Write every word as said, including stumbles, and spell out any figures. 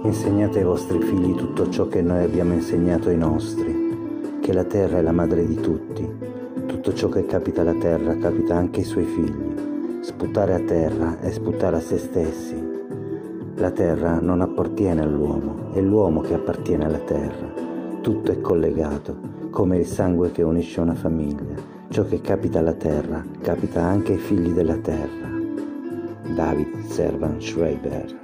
Insegnate ai vostri figli tutto ciò che noi abbiamo insegnato ai nostri, che la terra è la madre di tutti. Tutto ciò che capita alla terra capita anche ai suoi figli. Sputare a terra è sputare a se stessi. La terra non appartiene all'uomo, è l'uomo che appartiene alla terra. Tutto è collegato, come il sangue che unisce una famiglia. Ciò che capita alla terra capita anche ai figli della terra. David Servan Schreiber.